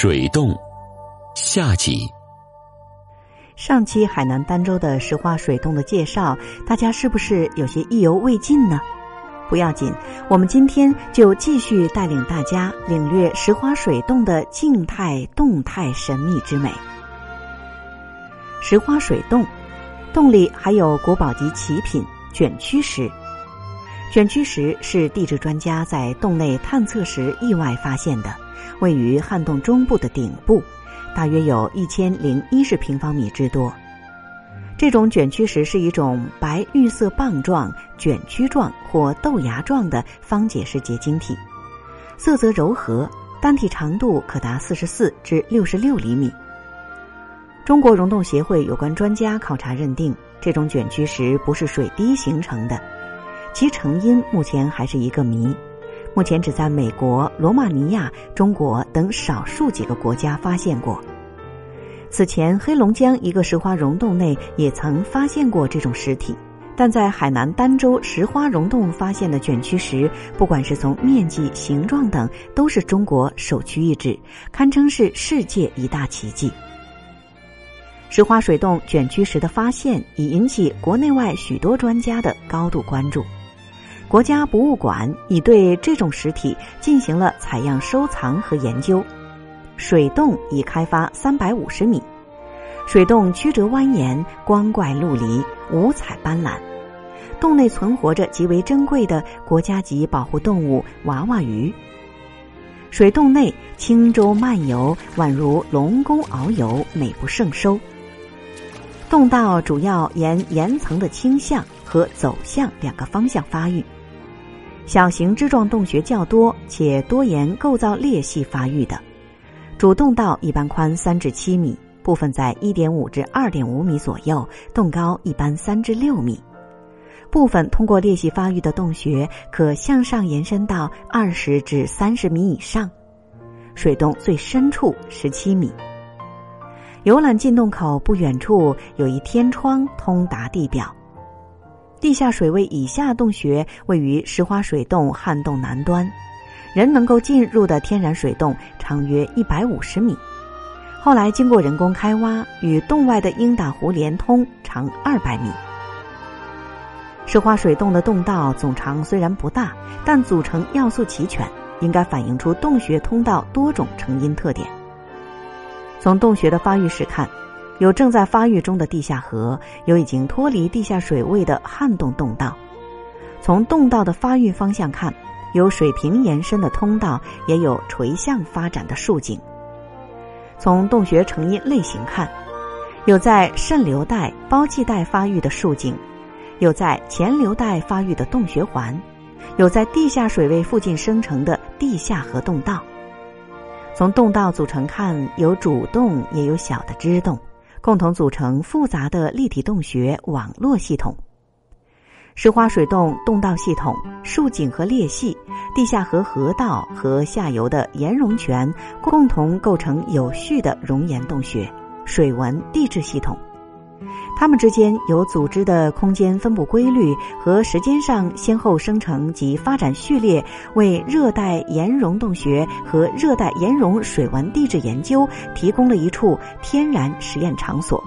水洞下集。 上期海南儋州的石花水洞的介绍，大家是不是有些意犹未尽呢？不要紧，我们今天就继续带领大家领略石花水洞的静态、动态神秘之美。石花水洞，洞里还有国宝级奇品卷曲石。卷曲石是地质专家在洞内探测时意外发现的，位于旱洞中部的顶部，大约有1010平方米之多。这种卷曲石是一种白玉色棒状、卷曲状或豆芽状的方解式结晶体，色泽柔和，单体长度可达44至66厘米。中国溶洞协会有关专家考察认定，这种卷曲石不是水滴形成的，其成因目前还是一个谜。目前只在美国、罗马尼亚、中国等少数几个国家发现过。此前黑龙江一个石花溶洞内也曾发现过这种尸体，但在海南儋州石花溶洞发现的卷曲石，不管是从面积、形状等，都是中国首屈一指，堪称是世界一大奇迹。石花水洞卷曲石的发现已引起国内外许多专家的高度关注。国家博物馆已对这种石体进行了采样收藏和研究。水洞已开发350米，水洞曲折蜿蜒，光怪陆离，五彩斑斓。洞内存活着极为珍贵的国家级保护动物娃娃鱼。水洞内轻舟漫游，宛如龙宫遨游，美不胜收。洞道主要沿岩层的倾向和走向两个方向发育，小型枝状洞穴较多，且多沿构造裂隙发育的。主洞道一般宽3至7米，部分在1.5至2.5米左右，洞高一般3至6米。部分通过裂隙发育的洞穴可向上延伸到20至30米以上，水洞最深处17米。游览进洞口不远处有一天窗通达地表。地下水位以下洞穴位于石花水洞旱洞南端，人能够进入的天然水洞长约150米，后来经过人工开挖，与洞外的鹰打湖连通，长200米。石花水洞的洞道总长虽然不大，但组成要素齐全，应该反映出洞穴通道多种成因特点。从洞穴的发育史看，有正在发育中的地下河，有已经脱离地下水位的旱洞洞道。从洞道的发育方向看，有水平延伸的通道，也有垂向发展的竖井。从洞穴成因类型看，有在渗流带、包气带发育的竖井，有在前流带发育的洞穴环，有在地下水位附近生成的地下河洞道。从洞道组成看，有主洞也有小的支洞，共同组成复杂的立体洞穴网络系统。石花水洞洞道系统、竖井和裂隙、地下河河道和下游的岩溶泉共同构成有序的熔岩洞穴水文地质系统。它们之间有组织的空间分布规律和时间上先后生成及发展序列，为热带岩溶洞穴和热带岩溶水文地质研究提供了一处天然实验场所。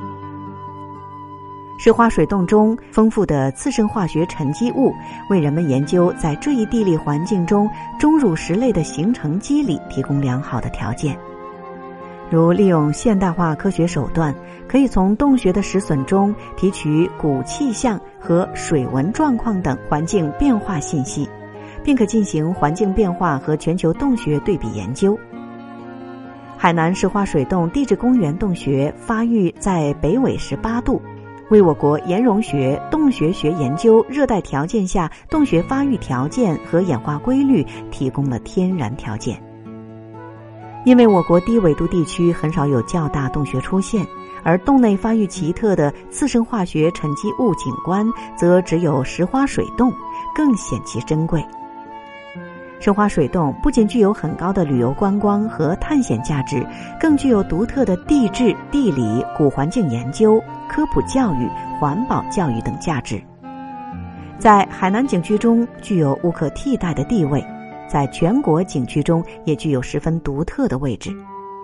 石花水洞中丰富的次生化学沉积物，为人们研究在这一地理环境中钟乳石类的形成机理提供良好的条件。如利用现代化科学手段，可以从洞穴的石笋中提取古气象和水文状况等环境变化信息，并可进行环境变化和全球洞穴对比研究。海南石花水洞地质公园洞穴发育在北纬18度，为我国岩溶学、洞穴学研究热带条件下洞穴发育条件和演化规律提供了天然条件。因为我国低纬度地区很少有较大洞穴出现，而洞内发育奇特的次生化学沉积物景观则只有石花水洞，更显其珍贵。石花水洞不仅具有很高的旅游观光和探险价值，更具有独特的地质、地理、古环境研究、科普教育、环保教育等价值。在海南景区中具有无可替代的地位，在全国景区中也具有十分独特的位置。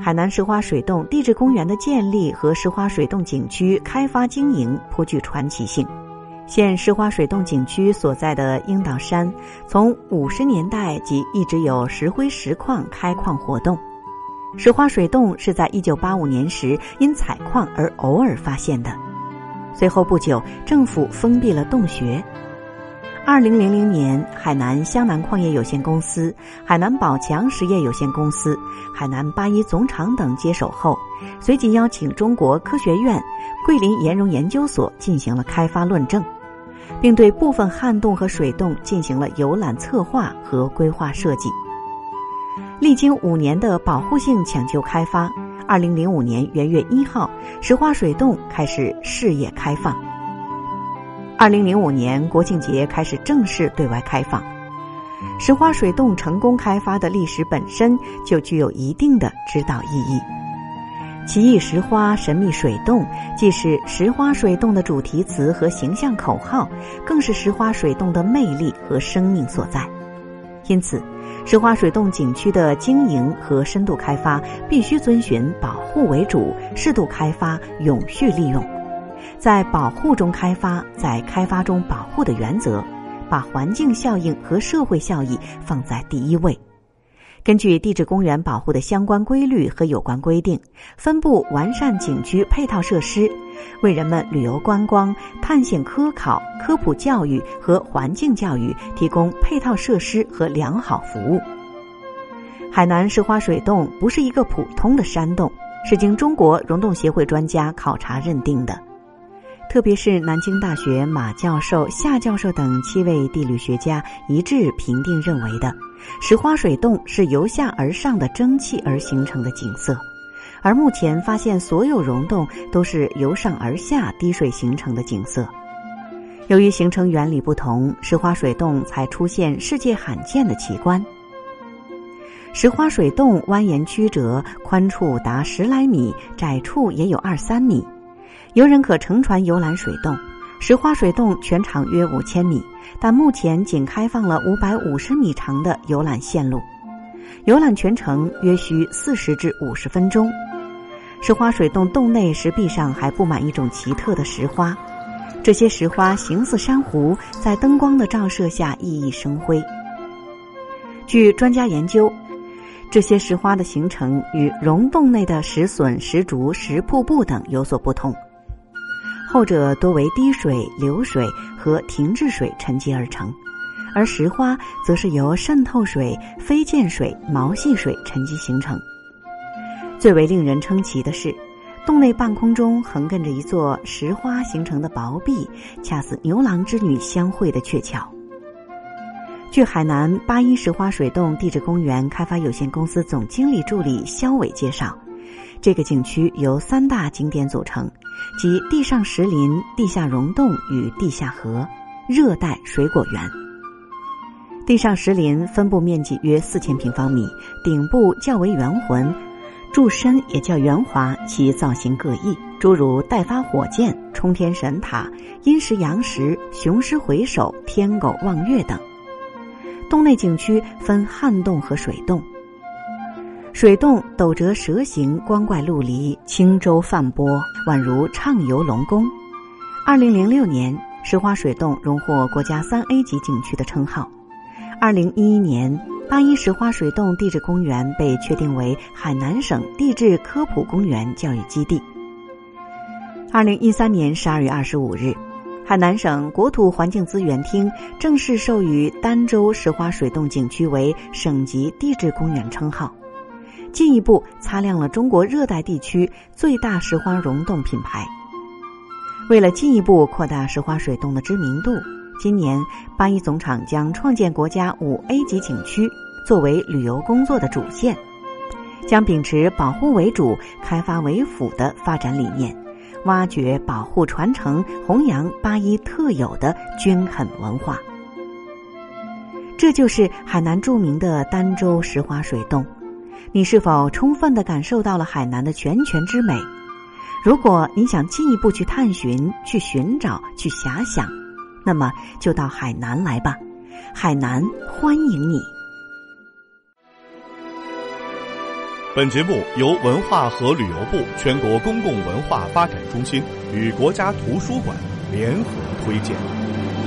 海南石花水洞地质公园的建立和石花水洞景区开发经营颇具传奇性。现石花水洞景区所在的鹰岛山，从50年代即一直有石灰石矿开矿活动。石花水洞是在1985年时因采矿而偶尔发现的，随后不久政府封闭了洞穴。2000年，海南湘南矿业有限公司、海南宝强实业有限公司、海南八一总厂等接手后，随即邀请中国科学院、桂林岩溶研究所进行了开发论证，并对部分旱洞和水洞进行了游览策划和规划设计。历经5年的保护性抢救开发，2005年元月1号，石花水洞开始事业开放。2005年国庆节开始正式对外开放。石花水洞成功开发的历史本身就具有一定的指导意义。奇异石花，神秘水洞，既是石花水洞的主题词和形象口号，更是石花水洞的魅力和生命所在。因此，石花水洞景区的经营和深度开发必须遵循保护为主、适度开发、永续利用，在保护中开发，在开发中保护的原则，把环境效应和社会效益放在第一位。根据地质公园保护的相关规律和有关规定，分步完善景区配套设施，为人们旅游观光、探险科考、科普教育和环境教育提供配套设施和良好服务。海南石花水洞不是一个普通的山洞，是经中国溶洞协会专家考察认定的。特别是南京大学马教授、夏教授等7位地理学家一致评定认为的，石花水洞是由下而上的蒸汽而形成的景色，而目前发现所有溶洞都是由上而下滴水形成的景色。由于形成原理不同，石花水洞才出现世界罕见的奇观。石花水洞蜿蜒曲折，宽处达10来米，窄处也有2-3米。游人可乘船游览水洞。石花水洞全长约5000米，但目前仅开放了550米长的游览线路，游览全程约需40至50分钟。石花水洞洞内石壁上还布满一种奇特的石花，这些石花形似珊瑚，在灯光的照射下熠熠生辉。据专家研究，这些石花的形成与溶洞内的石笋、石竹、石瀑布等有所不同，后者多为滴水、流水和停滞水沉积而成，而石花则是由渗透水、飞溅水、毛细水沉积形成。最为令人称奇的是，洞内半空中横亘着一座石花形成的薄壁，恰似牛郎织女相会的鹊桥。据海南八一石花水洞地质公园开发有限公司总经理助理肖伟介绍，这个景区由3大景点组成，即地上石林、地下溶洞与地下河、热带水果园。地上石林分布面积约4000平方米，顶部较为圆浑，柱身也较圆滑，其造型各异，诸如待发火箭、冲天神塔、阴石阳石、雄狮回首、天狗望月等。洞内景区分旱洞和水洞。水洞陡折蛇形，光怪陆离，轻舟泛波，宛如畅游龙宫。2006年，石花水洞荣获国家3A 级景区的称号。2011年，八一石花水洞地质公园被确定为海南省地质科普公园教育基地。2013年12月25日，海南省国土环境资源厅正式授予儋州石花水洞景区为省级地质公园称号，进一步擦亮了中国热带地区最大石花溶洞品牌。为了进一步扩大石花水洞的知名度，今年八一总厂将创建国家5A 级景区，作为旅游工作的主线，将秉持保护为主、开发为辅的发展理念，挖掘、保护、传承、弘扬八一特有的捐垦文化。这就是海南著名的儋州石花水洞。你是否充分地感受到了海南的泉泉之美？如果你想进一步去探寻、去寻找、去遐想，那么就到海南来吧，海南欢迎你。 本节目由文化和旅游部全国公共文化发展中心与国家图书馆联合推荐。